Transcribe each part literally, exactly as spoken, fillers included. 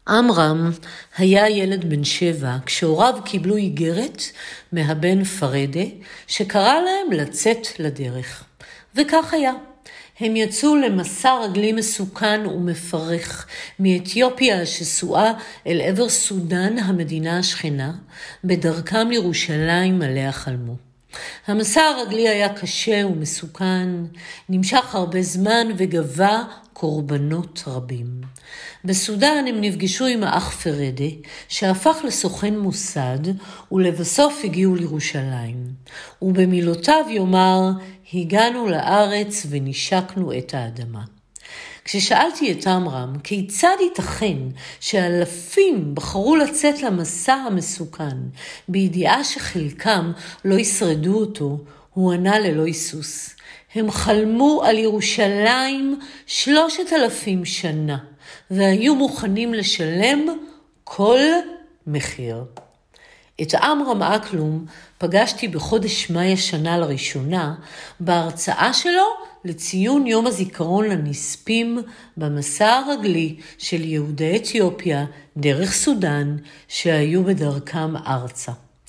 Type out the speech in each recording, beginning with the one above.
עמרם היה ילד בן שבע כשהוריו קיבלו איגרת מהבן פרדה שקרא להם לצאת לדרך. וכך היה. הם יצאו למסע רגלי מסוכן ומפרך מאתיופיה השסועה אל עבר סודן, המדינה השכנה, בדרכם לירושלים עליה חלמו. המסע הרגלי היה קשה ומסוכן, נמשך הרבה זמן וגבה קורבנות רבים. בסודן הם נפגשו עם האח פרדה, שהפך לסוכן מוסד, ולבסוף הגיעו לירושלים. ובמילותיו יאמר, הגענו לארץ ונשקנו את האדמה. כששאלתי את עמרם כיצד ייתכן שאלפים בחרו לצאת למסע המסוכן, בידיעה שחלקם לא ישרדו אותו, הוא ענה ללא היסוס. הם חלמו על ירושלים שלושת אלפים שנה, והיו מוכנים לשלם כל מחיר. את עמרם אקלום פגשתי בחודש מאי השנה לראשונה, בהרצאה שלו לציון יום הזיכרון לנספים במסע הרגלי של יהודי אתיופיה דרך סודן שהיו בדרכם ארצה.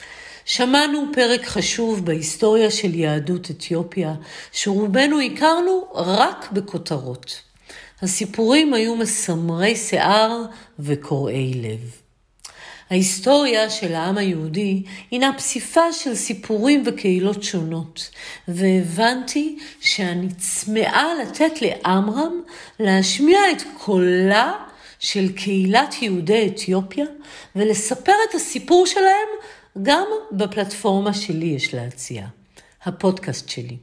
שמענו פרק חשוב בהיסטוריה של יהדות אתיופיה, שרובנו הכרנו רק בכותרות. הסיפורים היו מסמרי שיער וקורעי לב. ההיסטוריה של העם היהודי הינה פסיפה של סיפורים וקהילות שונות, והבנתי שאני צמאה לתת לעמרם להשמיע את קולה של קהילת יהודי אתיופיה, ולספר את הסיפור שלהם גם בפלטפורמה שלי יש להציע, הפודקאסט שלי.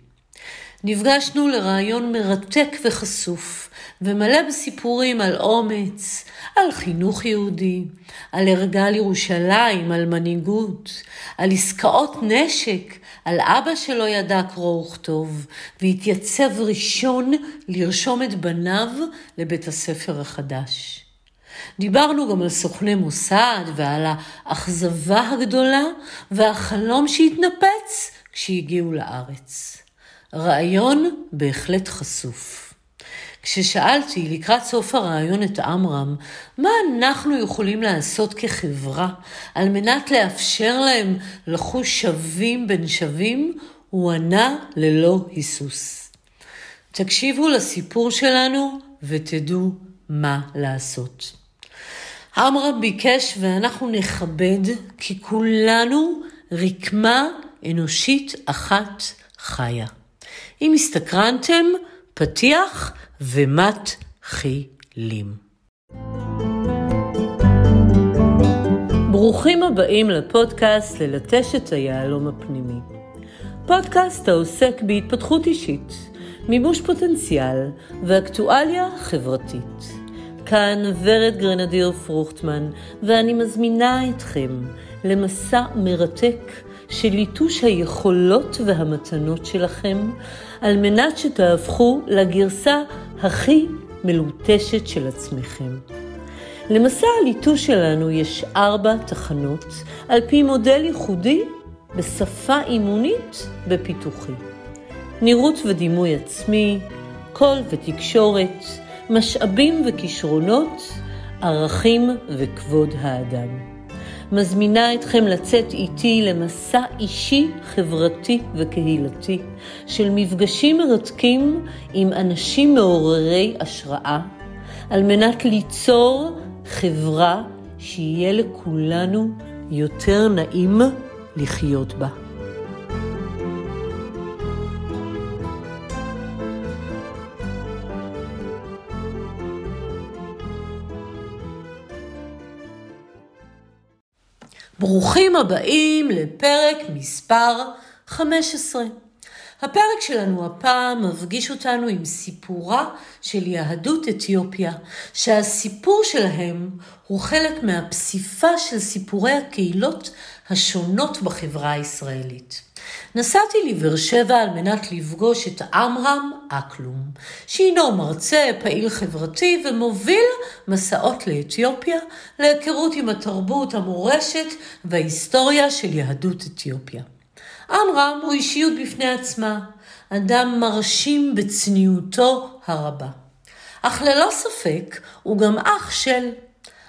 נפגשנו לרעיון מרתק וחשוף, ומלא בסיפורים על אומץ, על חינוך יהודי, על ערגה לירושלים, על מנהיגות, על עסקאות נשק, על אבא שלא ידע קרוא וכתוב, והתייצב ראשון לרשום את בניו לבית הספר החדש. דיברנו גם על סוכני מוסד ועל האכזבה הגדולה והחלום שהתנפץ כשהגיעו לארץ. רעיון בהחלט חשוף. כששאלתי לקראת סוף הרעיון את עמרם, מה אנחנו יכולים לעשות כחברה על מנת לאפשר להם לחוש שווים בין שווים, הוא ענה ללא היסוס. תקשיבו לסיפור שלנו ותדעו מה לעשות. עמרם ביקש ואנחנו נכבד כי כולנו רקמה אנושית אחת חיה. אם הסתקרנתם, פתיח ומתחילים. ברוכים הבאים לפודקאסט ללטש את היהלום הפנימי. פודקאסט העוסק בהתפתחות אישית, מימוש פוטנציאל ואקטואליה חברתית. כאן ורד גרנדיר פרוכטמן, ואני מזמינה אתכם למסע מרתק של ליטוש היכולות והמתנות שלכם, על מנת שתהפכו לגרסה הכי מלוטשת של עצמכם. למסע הליטוש שלנו יש ארבע תחנות, על פי מודל ייחודי בשפה אימונית בפיתוחי. נראות ודימוי עצמי, קול ותקשורת, משאבים וכישרונות, ערכים וכבוד האדם. מזמינה אתכם לצאת איתי למסע אישי, חברתי וקהילתי של מפגשים מרתקים עם אנשים מעוררי השראה, על מנת ליצור חברה שיהיה לכולנו יותר נעים לחיות בה. ברוכים הבאים לפרק מספר חמש עשרה. הפרק שלנו הפעם מפגיש אותנו עם סיפורה של יהדות אתיופיה, שהסיפור שלהם הוא חלק מהפסיפה של סיפורי הקהילות השונות בחברה הישראלית. נסעתי לבאר שבע על מנת לפגוש את עמרם אקלום, שהינו מרצה, פעיל חברתי ומוביל מסעות לאתיופיה, להיכרות עם התרבות, המורשת וההיסטוריה של יהדות אתיופיה. עמרם הוא אישיות בפני עצמה, אדם מרשים בצניעותו הרבה. אך ללא ספק הוא גם אח של.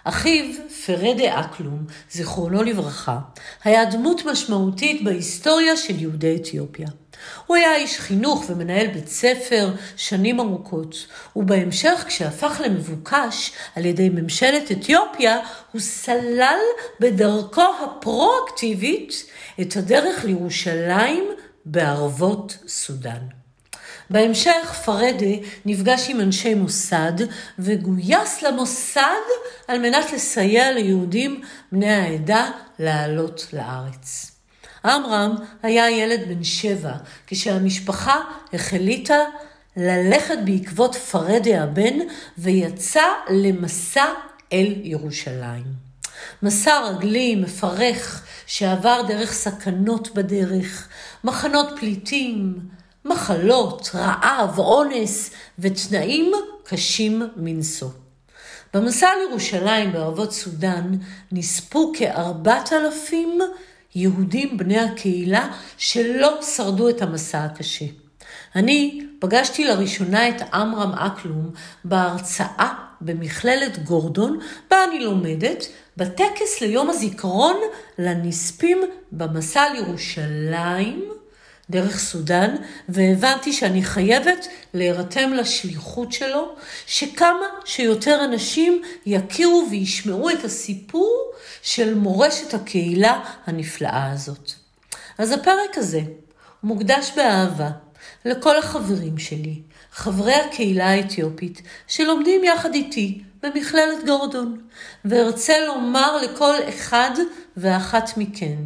אחיו, פרדה אקלום, זיכרונו לברכה, היה דמות משמעותית בהיסטוריה של יהודי אתיופיה. הוא היה איש חינוך ומנהל בית ספר שנים ארוכות, ובהמשך כשהפך למבוקש על ידי ממשלת אתיופיה, הוא סלל בדרכו הפרואקטיבית את הדרך לירושלים בערבות סודן. בהמשך פרדה נפגש עם אנשי מוסד וגויס למוסד על מנת לסייע ליהודים בני העדה לעלות לארץ. עמרם היה ילד בן שבע כשהמשפחה החליטה ללכת בעקבות פרדה הבן ויצא למסע אל ירושלים. מסע רגלי מפרך שעבר דרך סכנות בדרך, מחנות פליטים, מחלות, רעב, אונס ותנאים קשים מנשוא. במסע לירושלים בערבות סודן נספו כארבעת אלפים יהודים בני הקהילה שלא שרדו את המסע הקשה. אני פגשתי לראשונה את עמרם אקלום בהרצאה במכללת גורדון, בה אני לומדת, בטקס ליום הזיכרון לנספים במסע לירושלים דרך סודן, והבנתי שאני חייבת להירתם לשליחות שלו, שכמה שיותר אנשים יכירו וישמעו את הסיפור של מורשת הקהילה הנפלאה הזאת. אז הפרק הזה מוקדש באהבה לכל החברים שלי, חברי הקהילה האתיופית, שלומדים יחד איתי במכללת גורדון, וארצה לומר לכל אחד ואחת מכן,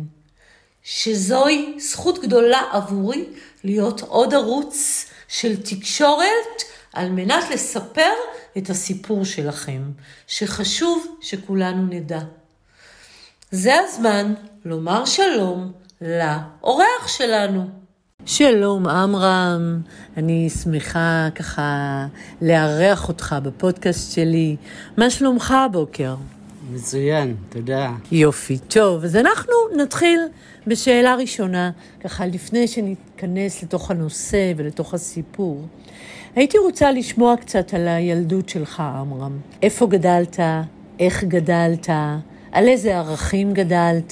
שזוהי זכות גדולה עבורי להיות עוד ערוץ של תקשורת על מנת לספר את הסיפור שלכם, שחשוב שכולנו נדע. זה הזמן לומר שלום לאורח שלנו. שלום עמרם, אני שמחה ככה לארח אותך בפודקאסט שלי. מה שלומך הבוקר? מצוין, תודה. יופי, טוב, אז אנחנו נתחיל בשאלה ראשונה, ככה לפני שנתכנס לתוך הנושא ולתוך הסיפור. הייתי רוצה לשמוע קצת על הילדות שלך, עמרם. איפה גדלת? איך גדלת? על איזה ערכים גדלת?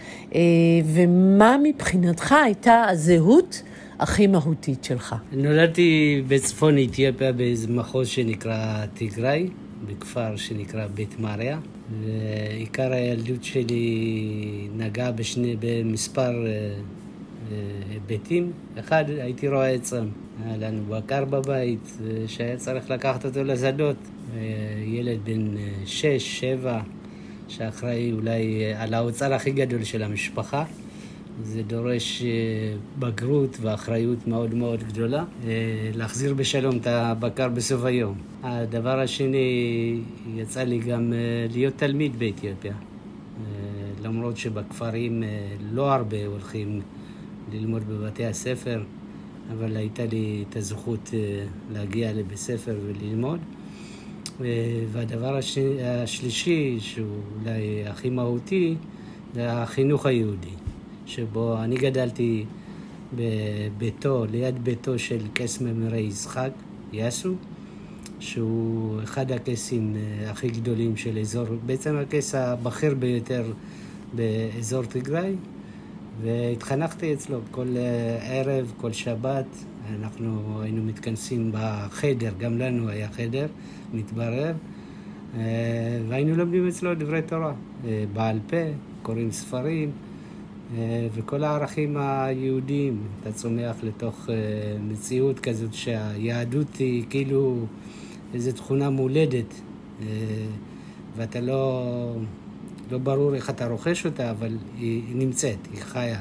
ומה מבחינתך הייתה הזהות הכי מהותית שלך? נולדתי בצפון אתיופיה באיזה מחוז שנקרא תיגראי, בכפר שנקרא בית מריה, ועיקר הילדות שלי נגע בשני, במספר היבטים. אחד, הייתי רואה עצם. היה לנו בקר בבית, שהיה צריך לקחת אותו לשדות. ילד בן שש, שבע, שאחראי אולי על האוצר הכי גדול של המשפחה. זה דורש בגרות ואחריות מאוד מאוד גדולה. להחזיר בשלום את הבקר בסוף היום. הדבר השני, יצא לי גם להיות תלמיד באתיופיה. למרות שבכפרים לא הרבה הולכים ללמוד בבתי הספר, אבל הייתה לי את הזכות להגיע לבית ספר וללמוד. והדבר השלישי, שהוא אולי הכי מהותי, זה החינוך היהודי. שבו אני גדלתי בביתו, ליד ביתו של קייס ממרי יצחק, יסו, שהוא אחד הקייסים הכי גדולים של אזור, בעצם הקייס הבכיר ביותר באזור תיגראי, והתחנכתי אצלו כל ערב, כל שבת. אנחנו היינו מתכנסים בחדר, גם לנו היה חדר, מתברר, והיינו לומדים אצלו דברי תורה, בעל פה, קוראים ספרים, וכל הערכים היהודיים. אתה צומח לתוך מציאות כזאת שהיהדות היא כאילו איזו תכונה מולדת, ואתה לא, לא ברור איך אתה רוכש אותה, אבל היא, היא נמצאת, היא חיה.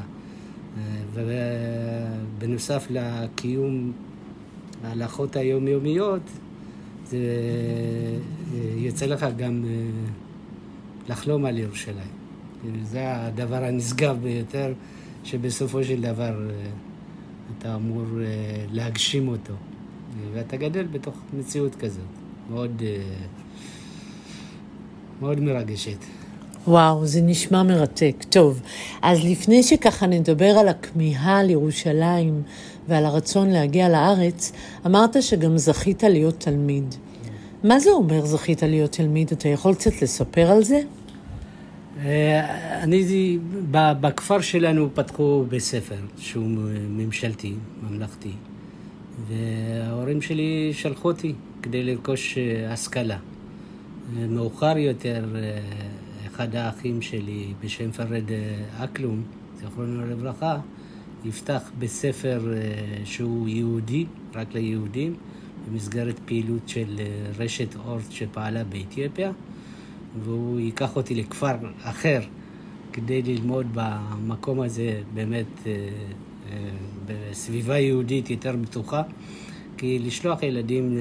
ובנוסף לקיום ההלכות היומיומיות, זה יוצא לך גם לחלום על ירושלים. זה הדבר הנשגב ביותר, שבסופו של דבר אתה אמור להגשים אותו. ואתה גדל בתוך מציאות כזאת, מאוד, מאוד מרגשת. וואו, זה נשמע מרתק. טוב, אז לפני שככה נדבר על הכמיהה לירושלים ועל הרצון להגיע לארץ, אמרת שגם זכית להיות תלמיד. מה זה אומר זכית להיות תלמיד? אתה יכול קצת לספר על זה? אני, בכפר שלנו פתחו בית ספר שהוא ממשלתי, ממלכתי, וההורים שלי שלחו אותי כדי לרכוש השכלה. מאוחר יותר, אחד האחים שלי בשם פרד אקלום, זכרונו לברכה, יפתח בית ספר שהוא יהודי, רק ליהודים, במסגרת פעילות של רשת אורט שפעלה באתיופיה, והוא ייקח אותי לכפר אחר כדי ללמוד במקום הזה באמת בסביבה יהודית יותר בטוחה, כי לשלוח ילדים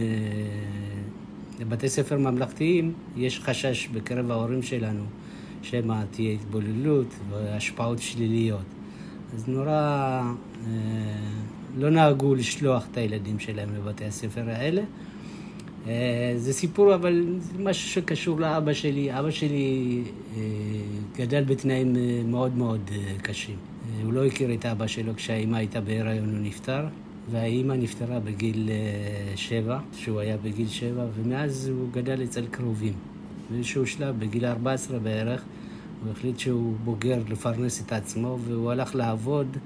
לבתי ספר ממלכתיים יש חשש בקרב ההורים שלנו שמה תהיה התבוללות והשפעות שליליות. אז נורא לא נהגו לשלוח את הילדים שלהם לבתי הספר האלה. זה סיפור, אבל זה משהו שקשור לאבא שלי. אבא שלי גדל בתנאים מאוד מאוד קשים. הוא לא הכיר את אבא שלו כשהאימא הייתה בהיריון, הוא נפטר, והאימא נפטרה בגיל שבע, שהוא היה בגיל שבע, ומאז הוא גדל אצל קרובים. באיזשהו שלב, בגיל ארבע עשרה בערך, הוא החליט שהוא בוגר לפרנס את עצמו, והוא הלך לעבוד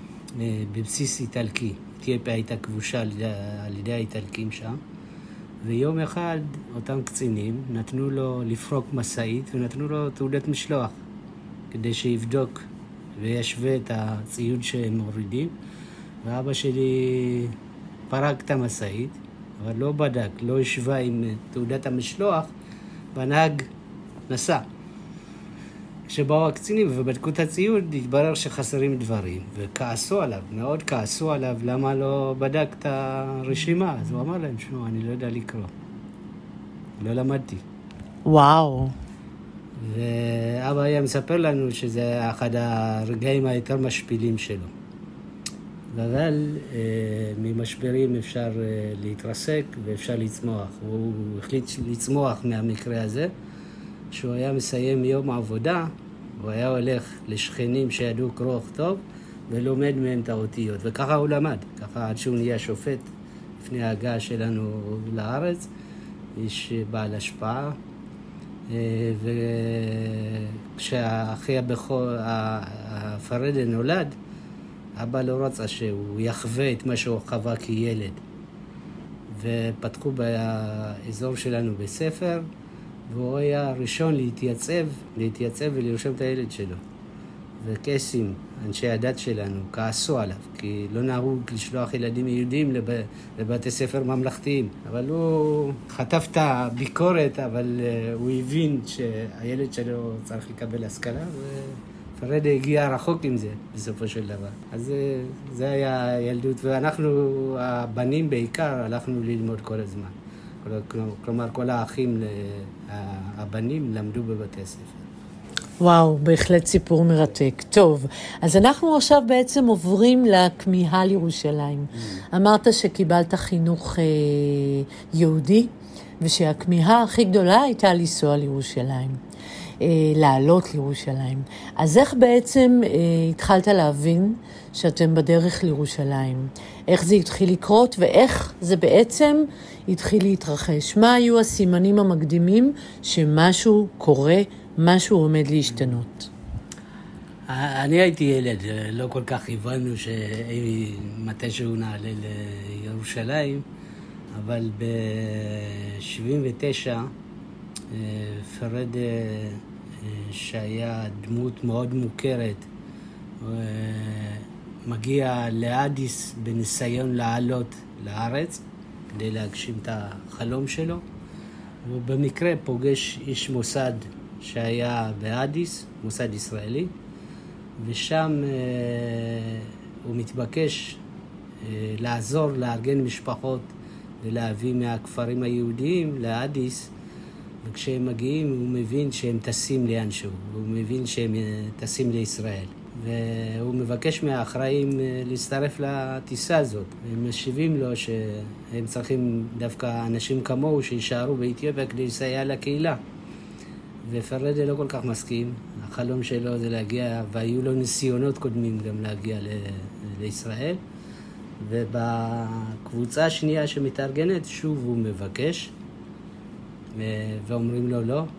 בבסיס איטלקי. אתיופיה הייתה כבושה על ידי האיטלקים שם. ויום אחד אותם קצינים נתנו לו לפרוק מסעית ונתנו לו תעודת משלוח כדי שיבדוק וישווה את הציוד שהם מורידים. ואבא שלי פרק את המסעית, אבל לא בדק, לא השווה עם תעודת המשלוח, והנהג נסע. כשבאו הקצינים ובדקו את הציוד, התברר שחסרים דברים, וכעסו עליו, מאוד כעסו עליו, למה לא בדק את הרשימה. אז הוא אמר להם, שנו, אני לא יודע לקרוא. לא למדתי. וואו. ואבא היה מספר לנו שזה אחד הרגעים היותר משפילים שלו. אבל אה, ממשברים אפשר אה, להתרסק ואפשר לצמוח. הוא החליט לצמוח מהמקרה הזה. שהוא היה מסיים יום עבודה, הוא היה הולך לשכנים שידעו קרוא וכתוב, ולומד מהם את האותיות. וככה הוא למד, ככה עד שהוא נהיה שופט לפני ההגעה שלנו לארץ, איש בעל השפעה. וכשהאחי הבכור, הפרדה נולד, אבא לא רצה שהוא יחווה את מה שהוא חווה כילד. ופתחו באזור שלנו בספר, והוא היה הראשון להתייצב, להתייצב ולרשום את הילד שלו. וקייסים, אנשי הדת שלנו, כעסו עליו, כי לא נהוג לשלוח ילדים יהודים לב... לבתי ספר ממלכתיים. אבל הוא חטף את הביקורת, אבל uh, הוא הבין שהילד שלו צריך לקבל השכלה, ופרדה הגיע רחוק עם זה, בסופו של דבר. אז uh, זה היה ילדות, ואנחנו, הבנים בעיקר, הלכנו ללמוד כל הזמן. כלומר, כל האחים, הבנים, למדו בבתי הספר. וואו, בהחלט סיפור מרתק. טוב, אז אנחנו עכשיו בעצם עוברים לכמיהה לירושלים. Mm. אמרת שקיבלת חינוך אה, יהודי, ושהכמיהה הכי גדולה הייתה לנסוע לירושלים, אה, לעלות לירושלים. אז איך בעצם אה, התחלת להבין שאתם בדרך לירושלים? איך זה התחיל לקרות ואיך זה בעצם התחיל להתרחש? מה היו הסימנים המקדימים שמשהו קורה, משהו עומד להשתנות? אני הייתי ילד, לא כל כך הבנו שמתישהו נעלה לירושלים, אבל ב-שבעים ותשע פרד, שהיה דמות מאוד מוכרת, מגיע לאדיס בניסיון לעלות לארץ כדי להגשים את החלום שלו, ובמקרה פוגש איש מוסד שהיה באדיס, מוסד ישראלי, ושם אה, הוא מתבקש אה, לעזור לארגן משפחות ולהביא מהכפרים היהודיים לאדיס, וכשהם מגיעים הוא מבין שהם טסים לאנשהו, הוא מבין שהם טסים לישראל. והוא מבקש מהאחראים להצטרף לטיסה הזאת. הם משיבים לו שהם צריכים דווקא אנשים כמוהו שישארו באתיופיה כדי לסייע לקהילה. ופרדה לא כל כך מסכים. החלום שלו זה להגיע, והיו לו ניסיונות קודמים גם להגיע ל- לישראל. ובקבוצה השנייה שמתארגנת, שוב הוא מבקש. ואומרים לו לא.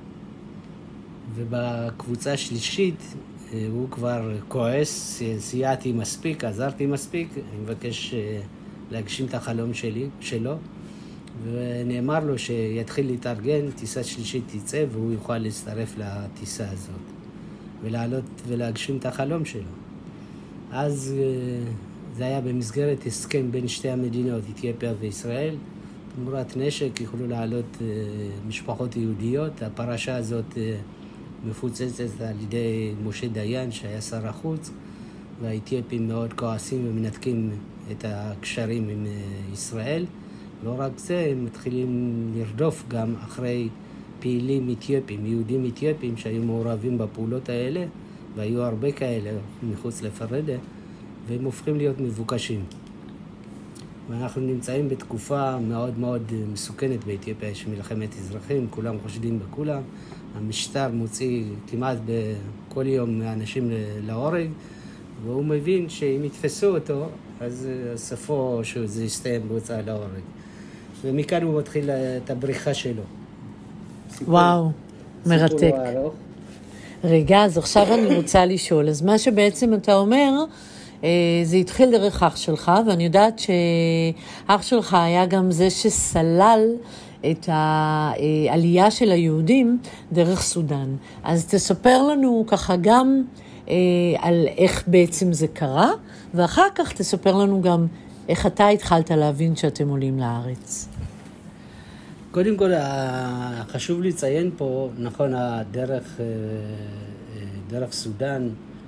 ובקבוצה השלישית הוא כבר כועס, סייעתי מספיק, עזרתי מספיק, אני מבקש להגשים את החלום שלי, שלו. ונאמר לו שיתחיל להתארגן, טיסה שלישית תצא והוא יוכל להצטרף לטיסה הזאת ולעלות ולהגשים את החלום שלו. אז זה היה במסגרת הסכם בין שתי המדינות, אתיופיה וישראל. תמורת נשק יכולו לעלות משפחות יהודיות. הפרשה הזאת מפוצצת על ידי משה דיין שהיה שר החוץ, והאתיופים מאוד כועסים ומנתקים את הקשרים עם ישראל. לא רק זה, הם מתחילים לרדוף גם אחרי פעילים אתיופים, יהודים אתיופים שהיו מעורבים בפעולות האלה, והיו הרבה כאלה מחוץ לפרדה, והם הופכים להיות מבוקשים. ואנחנו נמצאים בתקופה מאוד מאוד מסוכנת באתיופיה, יש מלחמת אזרחים, כולם חושדים בכולם, המשטר מוציא כמעט בכל יום אנשים להורג, והוא מבין שאם יתפסו אותו, אז סופו שזה יסתיים בהוצאה להורג. ומכאן הוא מתחיל את הבריחה שלו. וואו, מרתק. סיפור ארוך. רגע, אז עכשיו אני רוצה לשאול, אז מה שבעצם אתה אומר, זה התחיל דרך אח שלך, ואני יודעת שאח שלך היה גם זה שסלל את העלייה של היהודים דרך סודן. אז תספר לנו ככה גם על איך בעצם זה קרה, ואחר כך תספר לנו גם איך אתה התחלת להבין שאתם עולים לארץ. קודם כל, חשוב לציין פה, נכון, הדרך, דרך סודן,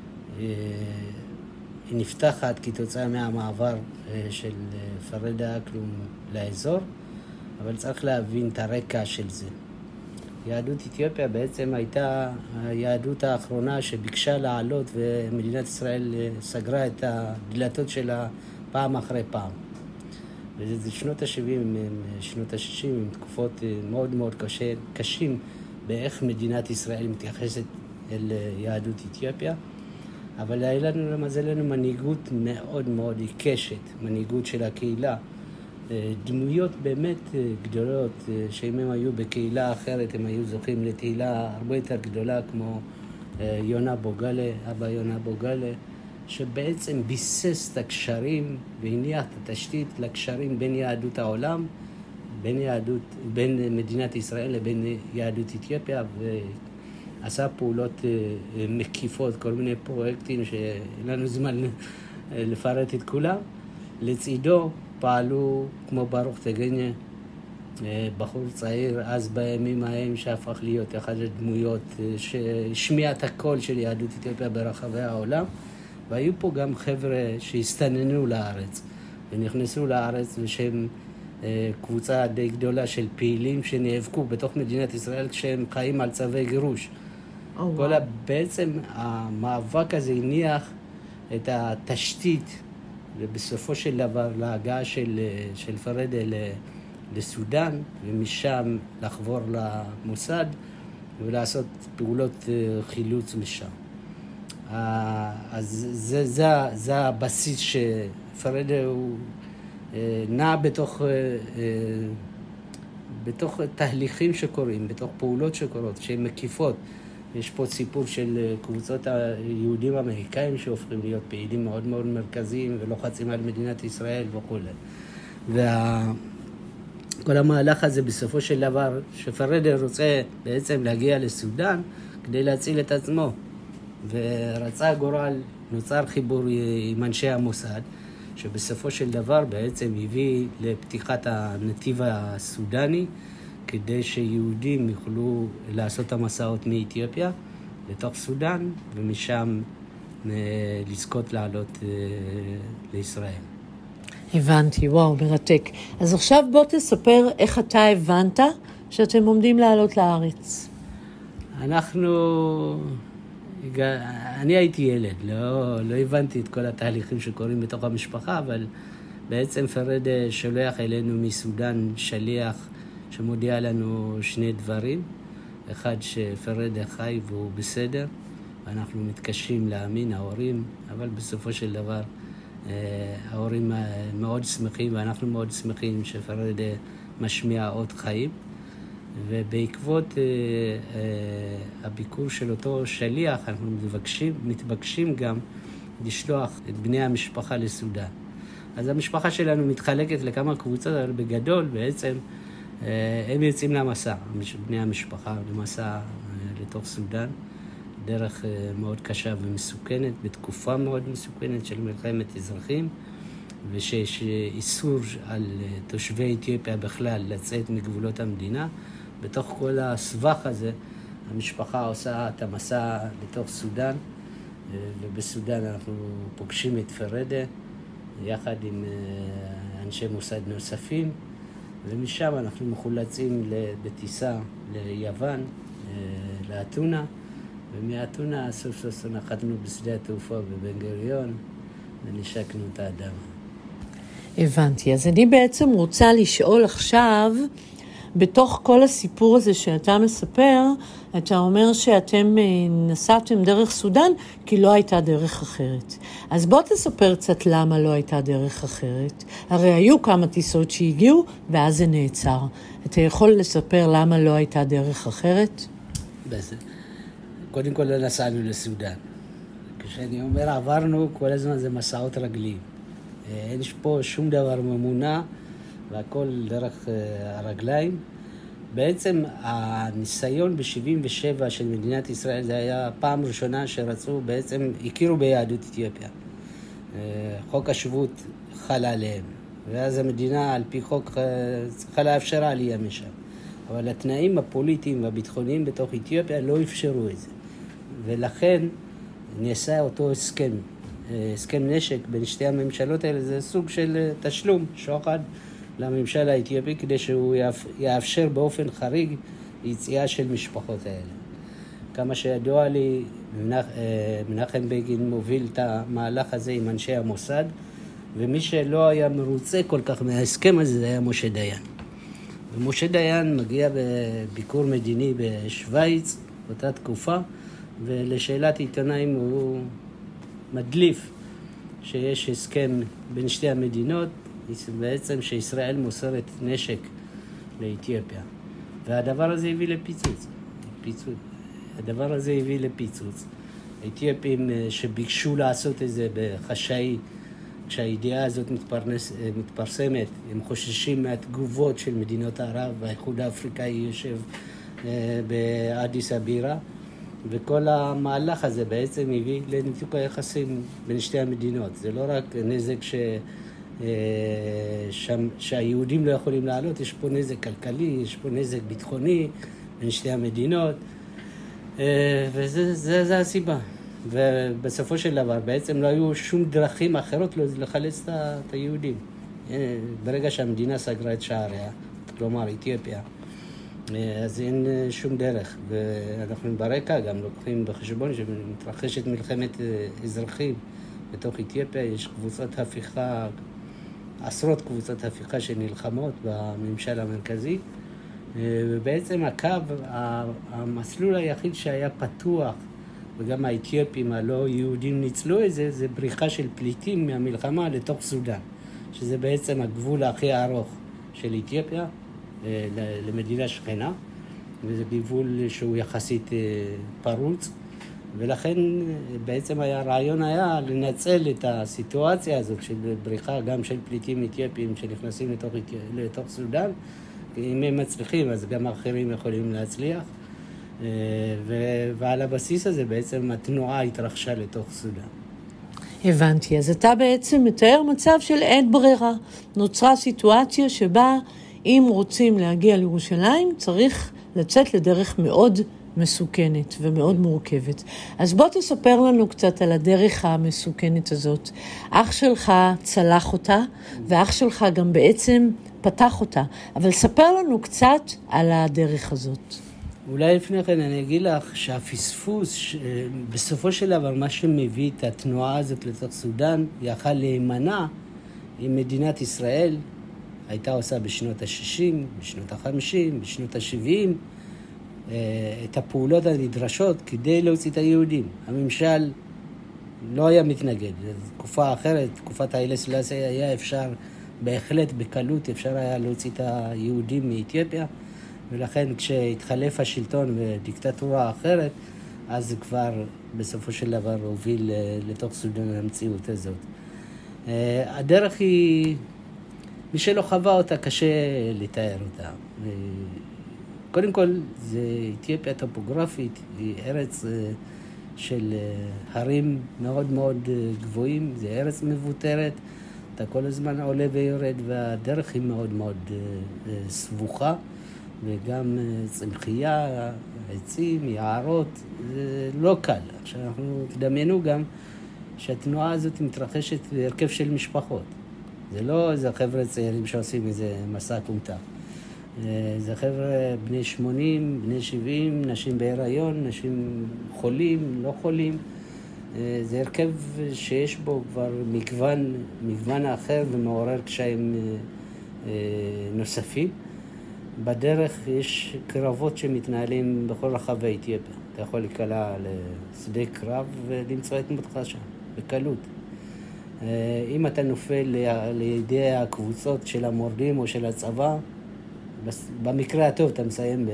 היא נפתחת כתוצאה מהמעבר של פרדה כלום לאזור, אבל צריך להבין את הרקע של זה. יהדות אתיופיה בעצם הייתה היהדות האחרונה שביקשה לעלות, ומדינת ישראל סגרה את הדלתות שלה פעם אחרי פעם. וזה שנות ה-שבעים, שנות ה-שישים, עם תקופות מאוד מאוד קשה, קשים באיך מדינת ישראל מתייחסת אל יהדות אתיופיה. אבל היה לנו למזלנו מנהיגות מאוד מאוד עיקשת, מנהיגות של הקהילה. דמויות באמת גדולות, שאם הם היו בקהילה אחרת, הם היו זוכים לתהילה הרבה יותר גדולה, כמו יונה בוגלה, אבא יונה בוגלה, שבעצם ביסס את הקשרים והניח את התשתית לקשרים בין יהדות העולם, בין, יהדות, בין מדינת ישראל לבין יהדות אתיופיה, ועשה פעולות מקיפות, כל מיני פרויקטים שאין לנו זמן לפרט את כולם. לצידו פעלו כמו ברוך תגניה, בחור צעיר, אז בימים ההם שהפך להיות אחד הדמויות שהשמיע את הקול של יהדות אתיופיה ברחבי העולם. והיו פה גם חבר'ה שהסתננו לארץ, ונכנסו לארץ בשם קבוצה די גדולה של פעילים שנאבקו בתוך מדינת ישראל כשהם חיים על צווי גירוש. Oh, כל wow. בעצם המאבק הזה הניח את התשתית, ובסופו של דבר להגעה של, של פרדה לסודן, ומשם לחבור למוסד ולעשות פעולות חילוץ משם. אז זה, זה, זה הבסיס שפרדה הוא נע בתוך, בתוך תהליכים שקורים, בתוך פעולות שקורות, שהן מקיפות. יש פה סיפור של קבוצות היהודים האמריקאים שהופכים להיות פעילים מאוד מאוד מרכזיים ולוחצים על מדינת ישראל וכו'. וכל המהלך הזה בסופו של דבר, שפרדה רוצה בעצם להגיע לסודן כדי להציל את עצמו. ורצה גורל, נוצר חיבור עם אנשי המוסד, שבסופו של דבר בעצם הביא לפתיחת הנתיב הסודני, כדי שיהודים יוכלו לעשות את המסעות מאתיופיה לתוך סודן, ומשם לזכות לעלות לישראל. הבנתי, וואו, מרתק. אז עכשיו בוא תספר איך אתה הבנת שאתם עומדים לעלות לארץ. אנחנו... אני הייתי ילד, לא, לא הבנתי את כל התהליכים שקורים בתוך המשפחה, אבל בעצם פרדה שולח אלינו מסודן שליח שמודיע לנו שני דברים. אחד, שפרדה חי והוא בסדר, ואנחנו מתקשים להאמין, ההורים, אבל בסופו של דבר ההורים מאוד שמחים, ואנחנו מאוד שמחים שפרדה משמיע עוד חיים. ובעקבות אה, אה, הביקור של אותו שליח, אנחנו מתבקשים, מתבקשים גם לשלוח את בני המשפחה לסודן. אז המשפחה שלנו מתחלקת לכמה קבוצות, אבל בגדול בעצם אה, הם יוצאים למסע, בני המשפחה למסע אה, לתוך סודן, דרך אה, מאוד קשה ומסוכנת, בתקופה מאוד מסוכנת של מלחמת אזרחים, ושיש איסור על תושבי אתיופיה בכלל לצאת מגבולות המדינה. בתוך כל הסבך הזה, המשפחה עושה את המסע לתוך סודן, ובסודן אנחנו פוגשים את פרדה, יחד עם אנשי מוסד נוספים, ומשם אנחנו מחולצים בטיסה ליוון, לאתונה, ומאתונה סוף סוף נחתנו בשדה התעופה בבן גוריון, ונשקנו את האדמה. הבנתי. אז אני בעצם רוצה לשאול עכשיו, בתוך כל הסיפור הזה שאתה מספר, אתה אומר שאתם נסעתם דרך סודן, כי לא הייתה דרך אחרת. אז בוא תספר קצת למה לא הייתה דרך אחרת. הרי היו כמה טיסות שהגיעו, ואז זה נעצר. אתה יכול לספר למה לא הייתה דרך אחרת? בסדר. קודם כל לא נסענו לסודן. כשאני אומר עברנו, כל הזמן זה מסעות רגליים. אין פה שום דבר ממונע, והכל דרך הרגליים. בעצם הניסיון ב-שבעים ושבע של מדינת ישראל, זה היה פעם ראשונה שרצו, בעצם הכירו ביהדות אתיופיה. חוק השבות חל עליהם, ואז המדינה על פי חוק צריכה לאפשר עלייה משם. אבל התנאים הפוליטיים והביטחוניים בתוך אתיופיה לא אפשרו את זה. ולכן נעשה אותו הסכם, הסכם נשק בין שתי הממשלות האלה, זה סוג של תשלום, שוחד לממשל האתיופי, כדי שהוא יאפשר באופן חריג יציאה של משפחות האלה. כמה שידוע לי, מנח, מנחם בגין מוביל את המהלך הזה עם אנשי המוסד, ומי שלא היה מרוצה כל כך מההסכם הזה, זה היה משה דיין. ומשה דיין מגיע בביקור מדיני בשוויץ, באותה תקופה, ולשאלת עיתונאים הוא מדליף שיש הסכם בין שתי המדינות, בעצם שישראל מוסרת נשק לאתיופיה. והדבר הזה הביא לפיצוץ. פיצוץ. הדבר הזה הביא לפיצוץ. האתיופים שביקשו לעשות את זה בחשאי, כשהידיעה הזאת מתפרנס, מתפרסמת, הם חוששים מהתגובות של מדינות ערב, והאיחוד האפריקאי יושב באדיס אבירה, וכל המהלך הזה בעצם הביא לניתוק היחסים בין שתי המדינות. זה לא רק נזק ש... שם, שהיהודים לא יכולים לעלות, יש פה נזק כלכלי, יש פה נזק ביטחוני בין שתי המדינות, וזה זה, זה הסיבה. ובסופו של דבר בעצם לא היו שום דרכים אחרות לחלץ את היהודים. ברגע שהמדינה סגרה את שעריה, כלומר אתיופיה, אז אין שום דרך. ואנחנו ברקע גם לוקחים בחשבון שמתרחשת מלחמת אזרחים בתוך אתיופיה, יש קבוצות הפיכה, עשרות קבוצות הפיכה שנלחמות בממשל המרכזי, ובעצם הקו, המסלול היחיד שהיה פתוח, וגם האתיופים הלא יהודים ניצלו את זה, זה בריחה של פליטים מהמלחמה לתוך סודן, שזה בעצם הגבול הכי ארוך של אתיופיה למדינה שכנה, וזה גבול שהוא יחסית פרוץ, ולכן בעצם היה, הרעיון היה לנצל את הסיטואציה הזאת של בריחה גם של פליטים אתיופיים שנכנסים לתוך, לתוך סודן. אם הם מצליחים, אז גם האחרים יכולים להצליח. ועל הבסיס הזה בעצם התנועה התרחשה לתוך סודן. הבנתי. אז אתה בעצם מתאר מצב של אין ברירה. נוצרה סיטואציה שבה אם רוצים להגיע לירושלים, צריך לצאת לדרך מאוד מסוכנת ומאוד מורכבת. אז בוא תספר לנו קצת על הדרך המסוכנת הזאת. אח שלך צלח אותה, ואח שלך גם בעצם פתח אותה. אבל ספר לנו קצת על הדרך הזאת. אולי לפני כן אני אגיד לך שהפספוס, בסופו של דבר מה שמביא את התנועה הזאת לתוך סודן, יכל להימנע עם מדינת ישראל, הייתה עושה בשנות ה-שישים, בשנות ה-חמישים, בשנות ה-שבעים, את הפעולות הנדרשות כדי להוציא את היהודים. הממשל לא היה מתנגד. תקופה אחרת, תקופת האילה סלאסי, היה אפשר, בהחלט בקלות אפשר היה להוציא את היהודים מאתיופיה, ולכן כשהתחלף השלטון ודיקטטורה אחרת, אז זה כבר בסופו של דבר הוביל לתוך סודן המציאות הזאת. הדרך היא, מי שלא חווה אותה, קשה לתאר אותה. קודם כל, זה אתיופיה טופוגרפית, היא ארץ של הרים מאוד מאוד גבוהים, זה ארץ מבוטרת, אתה כל הזמן עולה ויורד, והדרך היא מאוד מאוד סבוכה, וגם צמחייה, עצים, יערות, זה לא קל. עכשיו אנחנו תדמיינו גם שהתנועה הזאת מתרחשת בהרכב של משפחות. זה לא איזה חבר'ה צעירים שעושים איזה מסע קומטה. זה חבר'ה בני שמונים, בני שבעים, נשים בהיריון, נשים חולים, לא חולים. זה הרכב שיש בו כבר מגוון, מגוון אחר ומעורר קשיים נוספים. בדרך יש קרבות שמתנהלים בכל רחבי אתיופיה. אתה יכול להיקלע לשדה קרב ולמצוא את מותך שם, בקלות. אם אתה נופל לידי הקבוצות של המורדים או של הצבא, במקרה הטוב אתה מסיים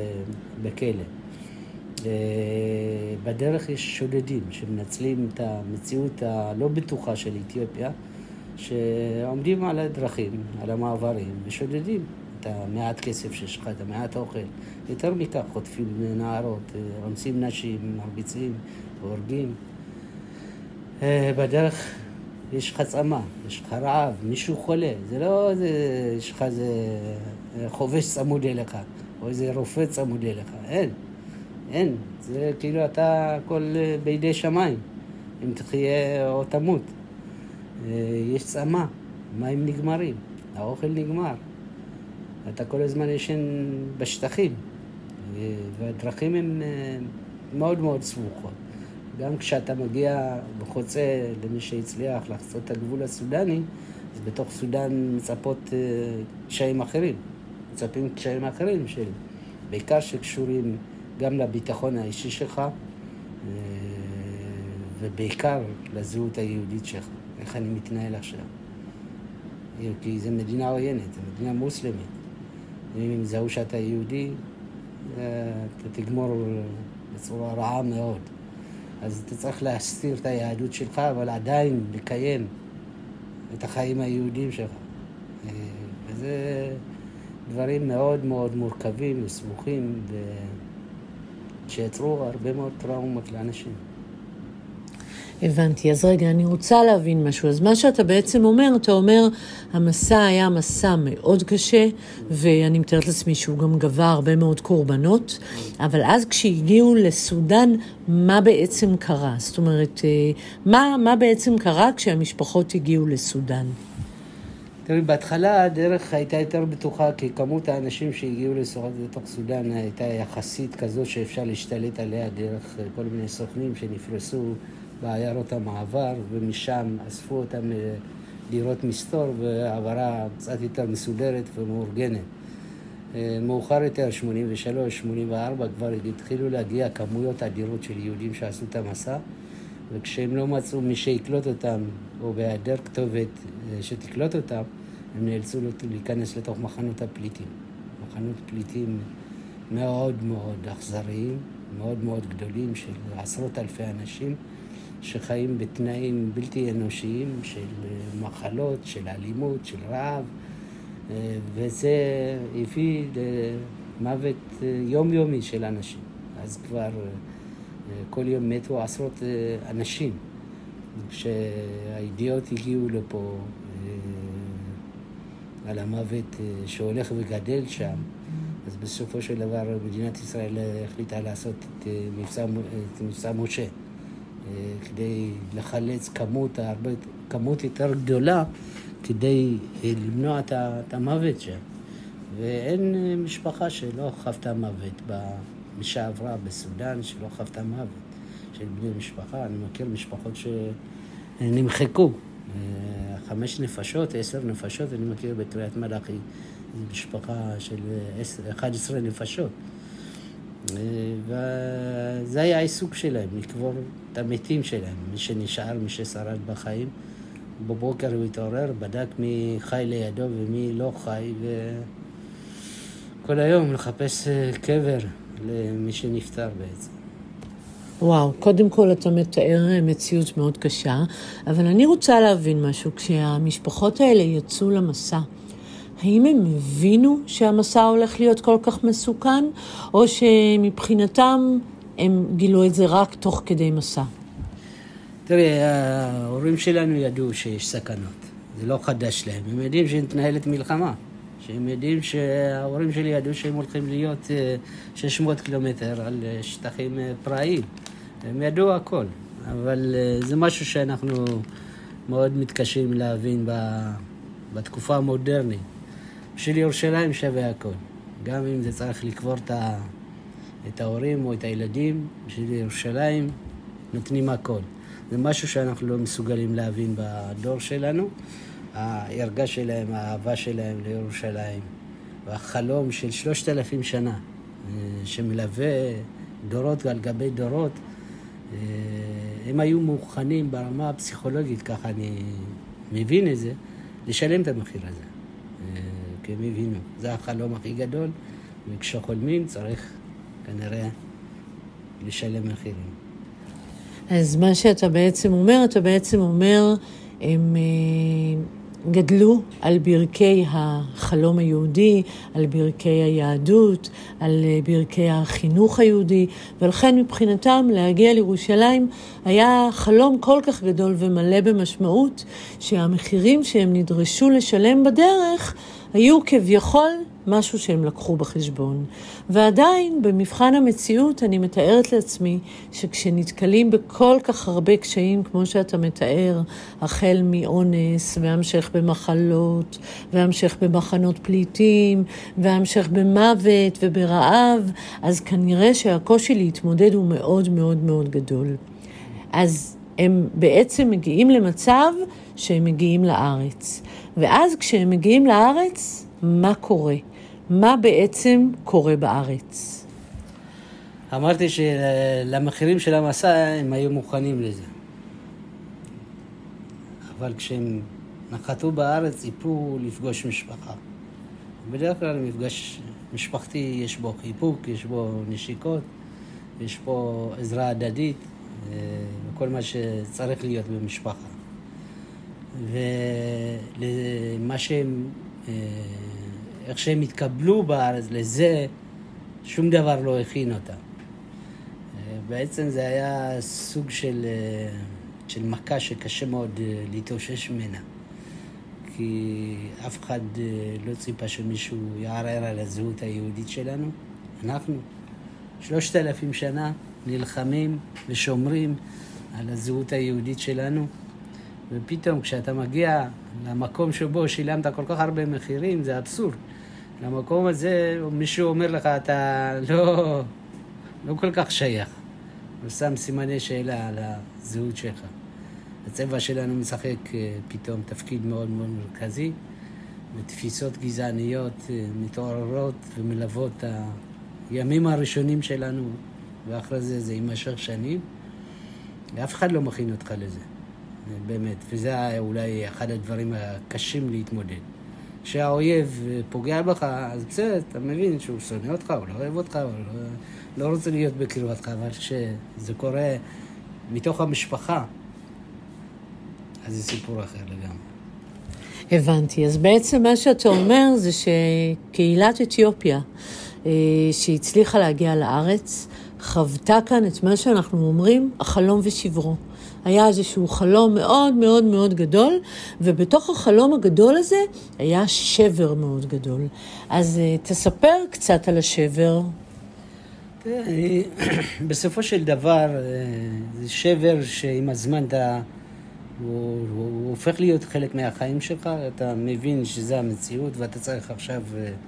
בכלא. בדרך יש שודדים שמנצלים את המציאות הלא בטוחה של אתיופיה, שעומדים על הדרכים, על המעברים, ושודדים את המעט כסף שיש לך, את המעט אוכל. יותר מכך, חוטפים נערות, רומסים נשים, מרביצים, הורגים. בדרך יש לך צמא, יש לך רעב, מישהו חולה. זה לא איזה, יש לך איזה חובש צמוד אליך, או איזה רופא צמוד אליך. אין, אין. זה כאילו אתה הכל בידי שמיים, אם תחיה או תמות. יש צמא, מים נגמרים, האוכל נגמר. אתה כל הזמן ישן בשטחים, והדרכים הן מאוד מאוד סבוכות. גם כשאתה מגיע וחוצה למי שהצליח לחצות את הגבול הסודני, אז בתוך סודן מצפות קשיים אחרים. מצפים קשיים אחרים, של, בעיקר שקשורים גם לביטחון האישי שלך, ובעיקר לזהות היהודית שלך. איך אני מתנהל עכשיו. כי זו מדינה עוינת, זו מדינה מוסלמית. אם הם זהו שאתה יהודי, אתה תגמור בצורה רעה מאוד. אז אתה צריך להסתיר את היהדות שלך, אבל עדיין לקיים את החיים היהודיים שלך. וזה דברים מאוד מאוד מורכבים וסבוכים, שיצרו הרבה מאוד טראומות לאנשים. הבנתי, אז רגע, אני רוצה להבין משהו. אז מה שאתה בעצם אומר, אתה אומר, המסע היה מסע מאוד קשה, ואני מתארת לעצמי שהוא גם גבה הרבה מאוד קורבנות, אבל אז כשהגיעו לסודן, מה בעצם קרה? זאת אומרת, מה, מה בעצם קרה כשהמשפחות הגיעו לסודן? תראי, בהתחלה הדרך הייתה יותר בטוחה, כי כמות האנשים שהגיעו לתוך סודן הייתה יחסית כזאת שאפשר להשתלט עליה דרך כל מיני סוכנים שנפרסו בעיירות המעבר, ומשם אספו אותם לדירות מסתור, ועברה קצת יותר מסודרת ומאורגנת. מאוחר יותר, שמונים ושלוש שמונים וארבע, כבר התחילו להגיע כמויות אדירות של יהודים שעשו את המסע, וכשהם לא מצאו מי שיקלוט אותם, או בהיעדר כתובת שתקלוט אותם, הם נאלצו להיכנס לתוך מחנות הפליטים. מחנות פליטים מאוד מאוד אכזריים, מאוד מאוד גדולים, של עשרות אלפי אנשים, שחיים בתנאים בלתי אנושיים של מחלות, של אלימות, של רעב, וזה הביא למוות יומיומי של אנשים. אז כבר כל יום מתו עשרות אנשים. כשהידיעות הגיעו לפה על המוות שהולך וגדל שם, אז בסופו של דבר מדינת ישראל החליטה לעשות את מבצע, את מבצע משה, כדי לחלץ כמות, הרבה, כמות יותר גדולה, כדי למנוע את המוות שם. ואין משפחה שלא חוותה מוות שעברה בסודן, שלא חוותה מוות של בני משפחה. אני מכיר משפחות שנמחקו, חמש נפשות, עשר נפשות, אני מכיר בקריית מלאכי, משפחה של אחת עשרה נפשות. וזה היה העיסוק שלהם, לקבור את המתים שלהם, מי שנשאר, מי ששרד בחיים. בבוקר הוא התעורר, בדק מי חי לידו ומי לא חי, כל היום לחפש קבר למי שנפטר בעצם. וואו, קודם כל אתה מתאר מציאות מאוד קשה, אבל אני רוצה להבין משהו. כשהמשפחות האלה יצאו למסע, האם הם הבינו שהמסע הולך להיות כל כך מסוכן, או שמבחינתם הם גילו את זה רק תוך כדי מסע? תראי, ההורים שלנו ידעו שיש סכנות. זה לא חדש להם. הם יודעים שמתנהלת מלחמה. שהם יודעים שההורים שלי ידעו שהם הולכים להיות שש מאות קילומטר על שטחים פראיים. הם ידעו הכל. אבל זה משהו שאנחנו מאוד מתקשים להבין בתקופה המודרנית. בשביל ירושלים שווה הכל. גם אם זה צריך לקבור את ההורים או את הילדים, בשביל ירושלים נותנים הכל. זה משהו שאנחנו לא מסוגלים להבין בדור שלנו. ההרגה שלהם, האהבה שלהם לירושלים, והחלום של שלושת אלפים שנה, שמלווה דורות על גבי דורות, הם היו מוכנים ברמה הפסיכולוגית, ככה אני מבין את זה, לשלם את המחיר הזה. כי הם הבינו, זה החלום הכי גדול, וכשחולמים צריך כנראה לשלם מחירים. אז מה שאתה בעצם אומר, אתה בעצם אומר, הם גדלו על ברכי החלום היהודי, על ברכי היהדות, על ברכי החינוך היהודי, ולכן מבחינתם להגיע לירושלים היה חלום כל כך גדול ומלא במשמעות, שהמחירים שהם נדרשו לשלם בדרך היו כביכול משהו שהם לקחו בחשבון. ועדיין, במבחן המציאות, אני מתארת לעצמי שכשנתקלים בכל כך הרבה קשיים, כמו שאתה מתאר, החל מאונס, והמשך במחלות, והמשך במחנות פליטים, והמשך במוות וברעב, אז כנראה שהקושי להתמודד הוא מאוד מאוד מאוד גדול. אז הם בעצם מגיעים למצב שהם מגיעים לארץ. ואז כשהם מגיעים לארץ, מה קורה? מה בעצם קורה בארץ? אמרתי שלמחירים של המסע הם היו מוכנים לזה. אבל כשהם נחתו בארץ, ציפו לפגוש משפחה. בדרך כלל מפגש משפחתי יש בו חיבוק, יש בו נשיקות, יש בו עזרה הדדית, וכל מה שצריך להיות במשפחה. ולמה שהם, איך שהם התקבלו בארץ, לזה שום דבר לא הכין אותם. בעצם זה היה סוג של, של מכה שקשה מאוד להתאושש ממנה. כי אף אחד לא ציפה שמישהו יערער על הזהות היהודית שלנו. אנחנו שלושת אלפים שנה נלחמים ושומרים על הזהות היהודית שלנו. ופתאום כשאתה מגיע למקום שבו שילמת כל כך הרבה מחירים, זה אבסורד. למקום הזה מישהו אומר לך, אתה לא, לא כל כך שייך. הוא שם סימני שאלה על הזהות שלך. הצבע שלנו משחק פתאום תפקיד מאוד מאוד מרכזי, ותפיסות גזעניות מתעוררות ומלוות הימים הראשונים שלנו, ואחרי זה זה יימשך שנים, ואף אחד לא מכין אותך לזה. באמת, וזה אולי אחד הדברים הקשים להתמודד. כשהאויב פוגע בך, אז בסדר, אתה מבין שהוא שונא אותך, הוא לא אוהב אותך, הוא לא, לא רוצה להיות בקרבתך, אבל כשזה קורה מתוך המשפחה, אז זה סיפור אחר לגמרי. הבנתי. אז בעצם מה שאתה אומר זה שקהילת אתיופיה, שהצליחה להגיע לארץ, חוותה כאן את מה שאנחנו אומרים, החלום ושברו. היה איזשהו חלום מאוד מאוד מאוד גדול, ובתוך החלום הגדול הזה היה שבר מאוד גדול. אז תספר קצת על השבר. בסופו של דבר, זה שבר שעם הזמן אתה, הוא, הוא הופך להיות חלק מהחיים שלך, אתה מבין שזה המציאות, ואתה צריך עכשיו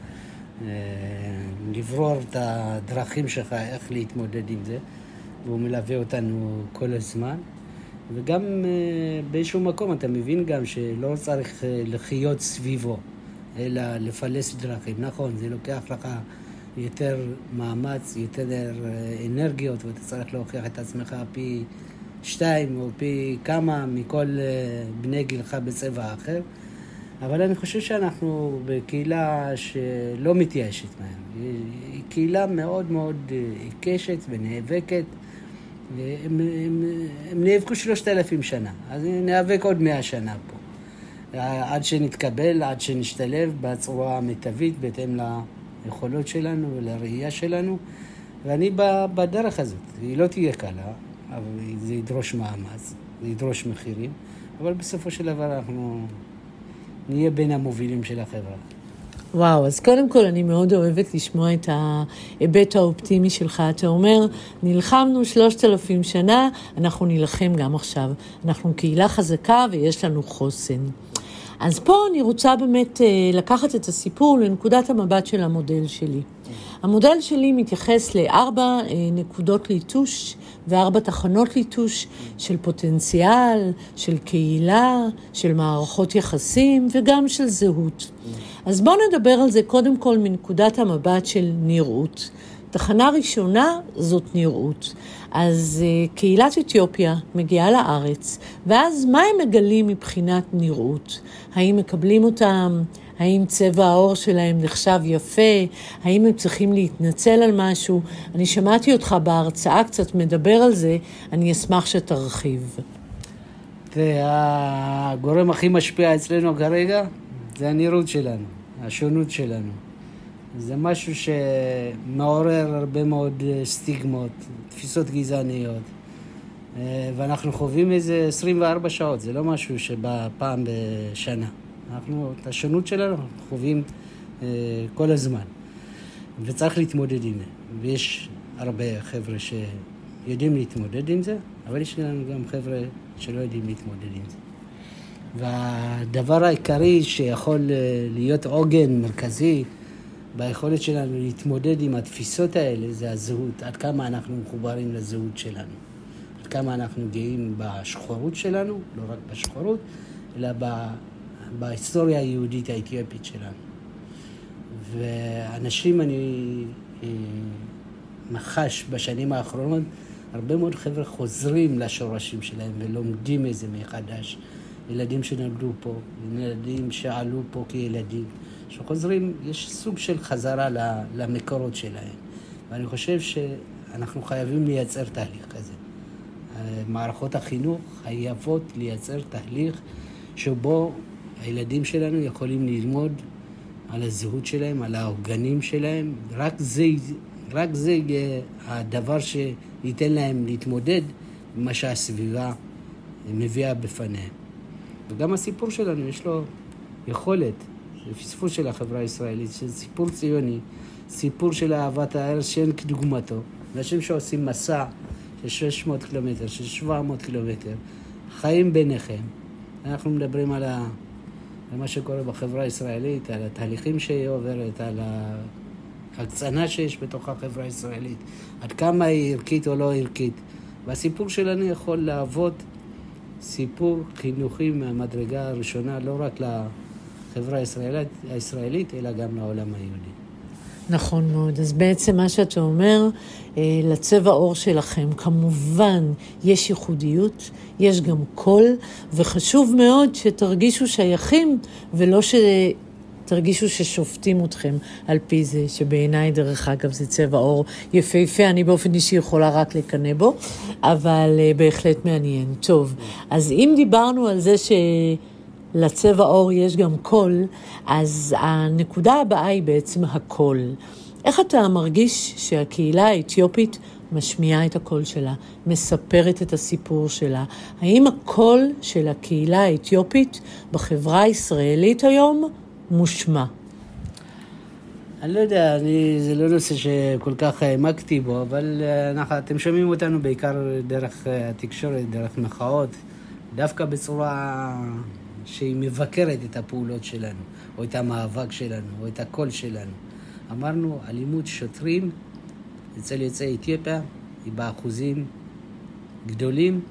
לברור את הדרכים שלך, איך להתמודד עם זה, והוא מלווה אותנו כל הזמן. וגם באיזשהו מקום אתה מבין גם שלא צריך לחיות סביבו, אלא לפלס דרכים. נכון, זה לוקח לך יותר מאמץ, יותר אנרגיות, ואתה צריך להוכיח את עצמך פי שתיים או פי כמה מכל בני גילך בצבע אחר. אבל אני חושב שאנחנו בקהילה שלא מתייאשת מהר. היא קהילה מאוד מאוד עיקשת ונאבקת. הם, הם, הם נאבקו שלושת אלפים שנה, אז נאבק עוד מאה שנה פה. עד שנתקבל, עד שנשתלב בצורה המיטבית, בהתאם ליכולות שלנו ולראייה שלנו. ואני בדרך הזאת, היא לא תהיה קלה, אבל זה ידרוש מאמץ, זה ידרוש מחירים, אבל בסופו של דבר אנחנו נהיה בין המובילים של החברה. וואו, אז קודם כל אני מאוד אוהבת לשמוע את ההיבט האופטימי שלך. אתה אומר, נלחמנו שלושת אלפים שנה, אנחנו נלחם גם עכשיו. אנחנו קהילה חזקה ויש לנו חוסן. אז פה אני רוצה באמת לקחת את הסיפור לנקודת המבט של המודל שלי. המודל שלי מתייחס לארבע נקודות ליטוש וארבע תחנות ליטוש של פוטנציאל, של קהילה, של מערכות יחסים וגם של זהות. אז בואו נדבר על זה קודם כל מנקודת המבט של נראות. תחנה ראשונה זאת נראות. אז uh, קהילת אתיופיה מגיעה לארץ, ואז מה הם מגלים מבחינת נראות? האם מקבלים אותם? האם צבע העור שלהם נחשב יפה? האם הם צריכים להתנצל על משהו? אני שמעתי אותך בהרצאה קצת מדבר על זה, אני אשמח שתרחיב. הגורם הכי משפיע אצלנו כרגע זה הנראות שלנו, השונות שלנו. זה משהו שמעורר הרבה מאוד סטיגמות, תפיסות גזעניות, ואנחנו חווים איזה עשרים וארבע שעות, זה לא משהו שבא פעם בשנה. אנחנו, את השונות שלנו חווים כל הזמן, וצריך להתמודד עם זה. ויש הרבה חבר'ה שיודעים להתמודד עם זה, אבל יש לנו גם חבר'ה שלא יודעים להתמודד עם זה. והדבר העיקרי שיכול להיות עוגן מרכזי ביכולת שלנו להתמודד עם התפיסות האלה, זה הזהות. עד כמה אנחנו מחוברים לזהות שלנו. עד כמה אנחנו גאים בשחורות שלנו, לא רק בשחורות, אלא ב... בהיסטוריה היהודית האתיופית שלנו. ואנשים, אני מחש בשנים האחרונות, הרבה מאוד חבר'ה חוזרים לשורשים שלהם ולומדים איזה מחדש. ילדים שנולדו פה, ילדים שעלו פה כילדים, שחוזרים, יש סוג של חזרה למקורות שלהם. ואני חושב שאנחנו חייבים לייצר תהליך כזה. מערכות החינוך חייבות לייצר תהליך שבו הילדים שלנו יכולים ללמוד על הזהות שלהם, על העוגנים שלהם. רק זה, רק זה הדבר שייתן להם להתמודד עם מה שהסביבה מביאה בפניהם. וגם הסיפור שלנו יש לו יכולת, זה פספוס של החברה הישראלית, שזה סיפור ציוני, סיפור של אהבת הארץ שאין כדוגמתו. אנשים שעושים מסע של שש מאות קילומטר, של שבע מאות קילומטר, חיים ביניכם. אנחנו מדברים על, ה... על מה שקורה בחברה הישראלית, על התהליכים שהיא עוברת, על ההקצנה שיש בתוך החברה הישראלית, עד כמה היא ערכית או לא ערכית. והסיפור שלנו יכול לעבוד סיפור חינוכי מהמדרגה הראשונה, לא רק לחברה הישראלית, הישראלית אלא גם לעולם היהודי. נכון מאוד. אז בעצם מה שאתה אומר, לצבע עור שלכם, כמובן יש ייחודיות, יש גם קול, וחשוב מאוד שתרגישו שייכים, ולא שתרגישו ששופטים אתכם על פי זה, שבעיניי דרך אגב זה צבע עור יפהפה, אני באופן אישי יכולה רק לקנא בו, אבל בהחלט מעניין. טוב, אז אם דיברנו על זה ש... לצבע עור יש גם קול, אז הנקודה הבאה היא בעצם הקול. איך אתה מרגיש שהקהילה האתיופית משמיעה את הקול שלה, מספרת את הסיפור שלה? האם הקול של הקהילה האתיופית בחברה הישראלית היום מושמע? אני לא יודע, אני, זה לא נושא שכל כך העמקתי בו, אבל אנחנו, אתם שומעים אותנו בעיקר דרך התקשורת, דרך מחאות, דווקא בצורה שהיא מבקרת את הפעולות שלנו, או את המאבק שלנו, או את הקול שלנו. אמרנו, אלימות שוטרים אצל יוצאי אתיופיה היא באחוזים גדולים.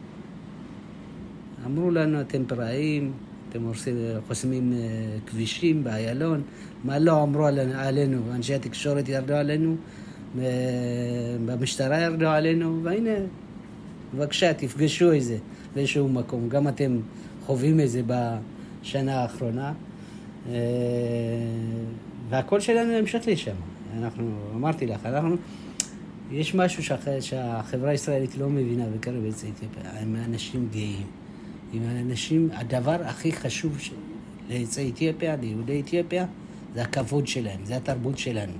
אמרו לנו, אתם פראיים, אתם חוסמים כבישים באיילון. מה לא אמרו עלינו? אנשי התקשורת ירדו עלינו, במשטרה ירדו עלינו, והנה, בבקשה, תפגשו איזה באיזשהו מקום. גם אתם חווים את זה בשנה האחרונה. והקול שלנו ימשיך לשם. אנחנו, אמרתי לך, אנחנו, יש משהו שהח, שהחברה הישראלית לא מבינה בקרב יוצאי אתיופיה. הם אנשים גאים. הם אנשים, הדבר הכי חשוב ליוצאי אתיופיה, ליהודי אתיופיה, זה הכבוד שלהם, זה התרבות שלנו.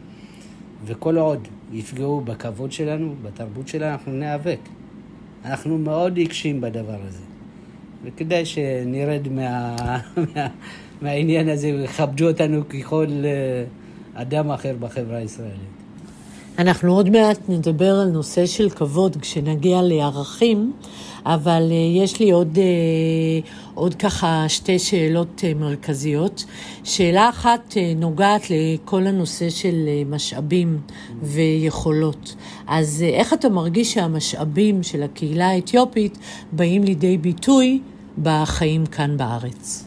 וכל עוד יפגעו בכבוד שלנו, בתרבות שלנו, אנחנו נאבק. אנחנו מאוד עיקשים בדבר הזה. וכדאי שנרד מה, מה, מהעניין הזה ויכבדו אותנו ככל אדם אחר בחברה הישראלית. אנחנו עוד מעט נדבר על נושא של כבוד כשנגיע לערכים, אבל יש לי עוד, עוד ככה שתי שאלות מרכזיות. שאלה אחת נוגעת לכל הנושא של משאבים ויכולות. אז איך אתה מרגיש שהמשאבים של הקהילה האתיופית באים לידי ביטוי בחיים כאן בארץ?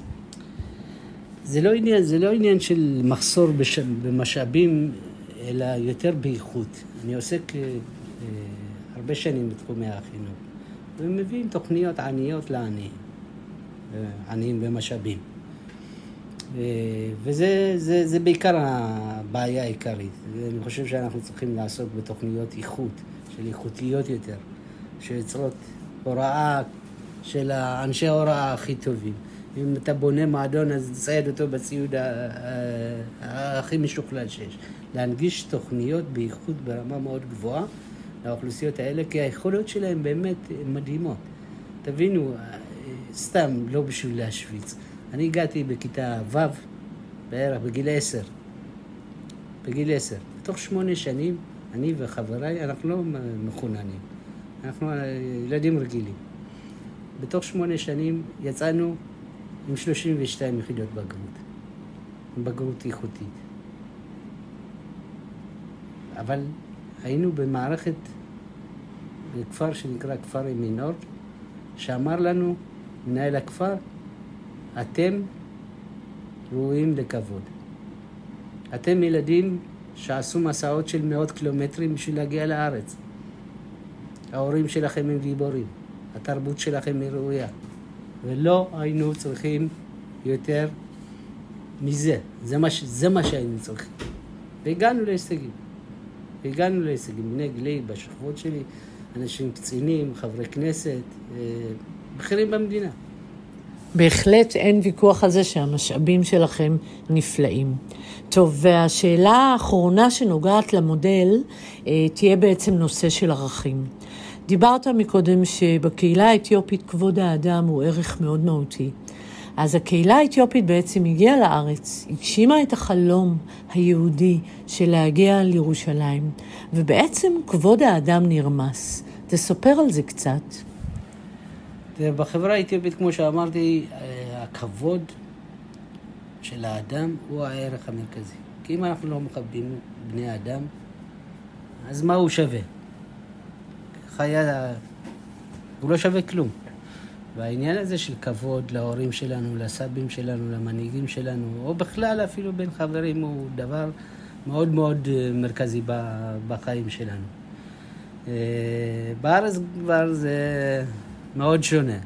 זה לא עניין, זה לא עניין של מחסור בש... במשאבים, אלא יותר באיכות. אני עוסק אה, הרבה שנים בתחומי החינוך, ומביאים תוכניות עניות לעניים, עניים במשאבים. אה, וזה זה, זה בעיקר הבעיה העיקרית. אני חושב שאנחנו צריכים לעסוק בתוכניות איכות, של איכותיות יותר, שיוצרות הוראה של האנשי ההוראה הכי טובים. אם אתה בונה מועדון, אז תצייד אותו בציוד הכי משוכלל שיש. להנגיש תוכניות באיכות ברמה מאוד גבוהה לאוכלוסיות האלה, כי היכולות שלהם באמת מדהימות. תבינו, סתם לא בשביל להשוויץ. אני הגעתי בכיתה ו' בערך, בגיל עשר. בגיל עשר. בתוך שמונה שנים, אני וחבריי, אנחנו לא מחוננים. אנחנו ילדים רגילים. בתוך שמונה שנים יצאנו עם שלושים ושתיים יחידות בגרות. עם בגרות איכותית. אבל היינו במערכת, בכפר שנקרא כפר ימינור, שאמר לנו, מנהל הכפר, אתם ראויים לכבוד. אתם ילדים שעשו מסעות של מאות קילומטרים בשביל להגיע לארץ. ההורים שלכם הם גיבורים. התרבות שלכם היא ראויה. ולא היינו צריכים יותר מזה. זה מה, זה מה שהיינו צריכים. והגענו להישגים. והגענו להישגים. בני גלי, בשכבות שלי, אנשים קצינים, חברי כנסת, בכירים במדינה. בהחלט אין ויכוח על זה שהמשאבים שלכם נפלאים. טוב, והשאלה האחרונה שנוגעת למודל תהיה בעצם נושא של ערכים. דיברת מקודם שבקהילה האתיופית כבוד האדם הוא ערך מאוד מהותי. אז הקהילה האתיופית בעצם הגיעה לארץ, הגשימה את החלום היהודי של להגיע לירושלים, ובעצם כבוד האדם נרמס. תספר על זה קצת. בחברה האתיופית, כמו שאמרתי, הכבוד של האדם הוא הערך המרכזי. כי אם אנחנו לא מכבדים בני האדם, אז מה הוא שווה? חיה, הוא לא שווה כלום. והעניין הזה של כבוד להורים שלנו, לסבים שלנו, למנהיגים שלנו, או בכלל אפילו בין חברים, הוא דבר מאוד מאוד מרכזי בחיים שלנו. בארץ כבר זה מאוד שונה.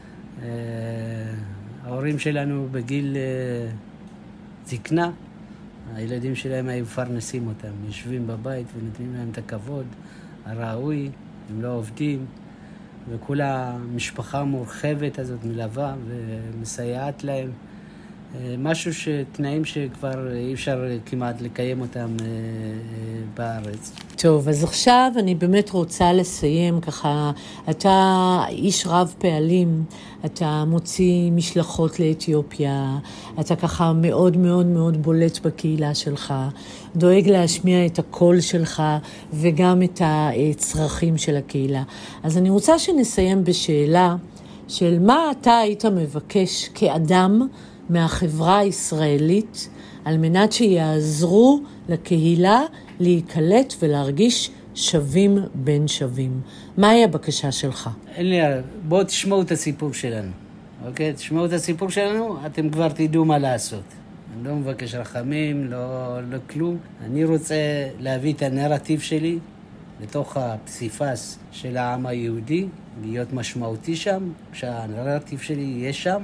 ההורים שלנו בגיל זקנה, הילדים שלהם היו פרנסים אותם, יושבים בבית ונותנים להם את הכבוד הראוי, הם לא עובדים, וכולה משפחה מורחבת הזאת מלווה ומסייעת להם. משהו שתנאים שכבר אי אפשר כמעט לקיים אותם בארץ. טוב, אז עכשיו אני באמת רוצה לסיים ככה. אתה איש רב פעלים, אתה מוציא משלחות לאתיופיה, אתה ככה מאוד מאוד מאוד בולט בקהילה שלך, דואג להשמיע את הקול שלך וגם את הצרכים של הקהילה. אז אני רוצה שנסיים בשאלה של מה אתה היית מבקש כאדם מהחברה הישראלית על מנת שיעזרו לקהילה להיקלט ולהרגיש שווים בין שווים. מהי הבקשה שלך? אין לי, בואו תשמעו את הסיפור שלנו. אוקיי? תשמעו את הסיפור שלנו, אתם כבר תדעו מה לעשות. אני לא מבקש רחמים, לא, לא כלום. אני רוצה להביא את הנרטיב שלי לתוך הפסיפס של העם היהודי, להיות משמעותי שם, כשהנרטיב שלי יהיה שם,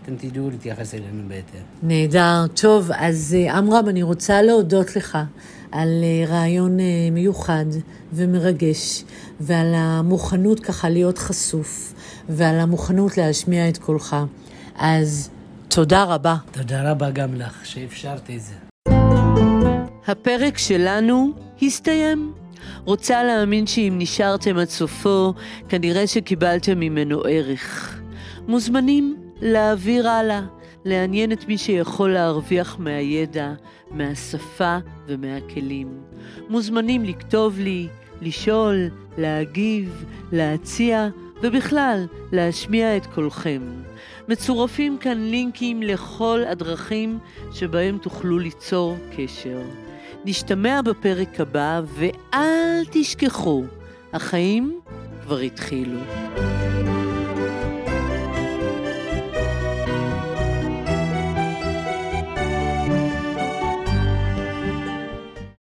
אתם תדעו להתייחס אלינו בהתאם. נהדר. טוב, אז אמרם, אני רוצה להודות לך על רעיון מיוחד ומרגש, ועל המוכנות ככה להיות חשוף, ועל המוכנות להשמיע את קולך. אז תודה רבה. תודה רבה גם לך שאפשרת את זה. הפרק שלנו הסתיים. רוצה להאמין שאם נשארתם עד סופו, כנראה שקיבלתם ממנו ערך. מוזמנים להעביר הלאה, לעניין את מי שיכול להרוויח מהידע, מהשפה ומהכלים. מוזמנים לכתוב לי, לשאול, להגיב, להציע, ובכלל להשמיע את קולכם. מצורפים כאן לינקים לכל הדרכים שבהם תוכלו ליצור קשר. נשתמע בפרק הבא, ואל תשכחו, החיים כבר התחילו.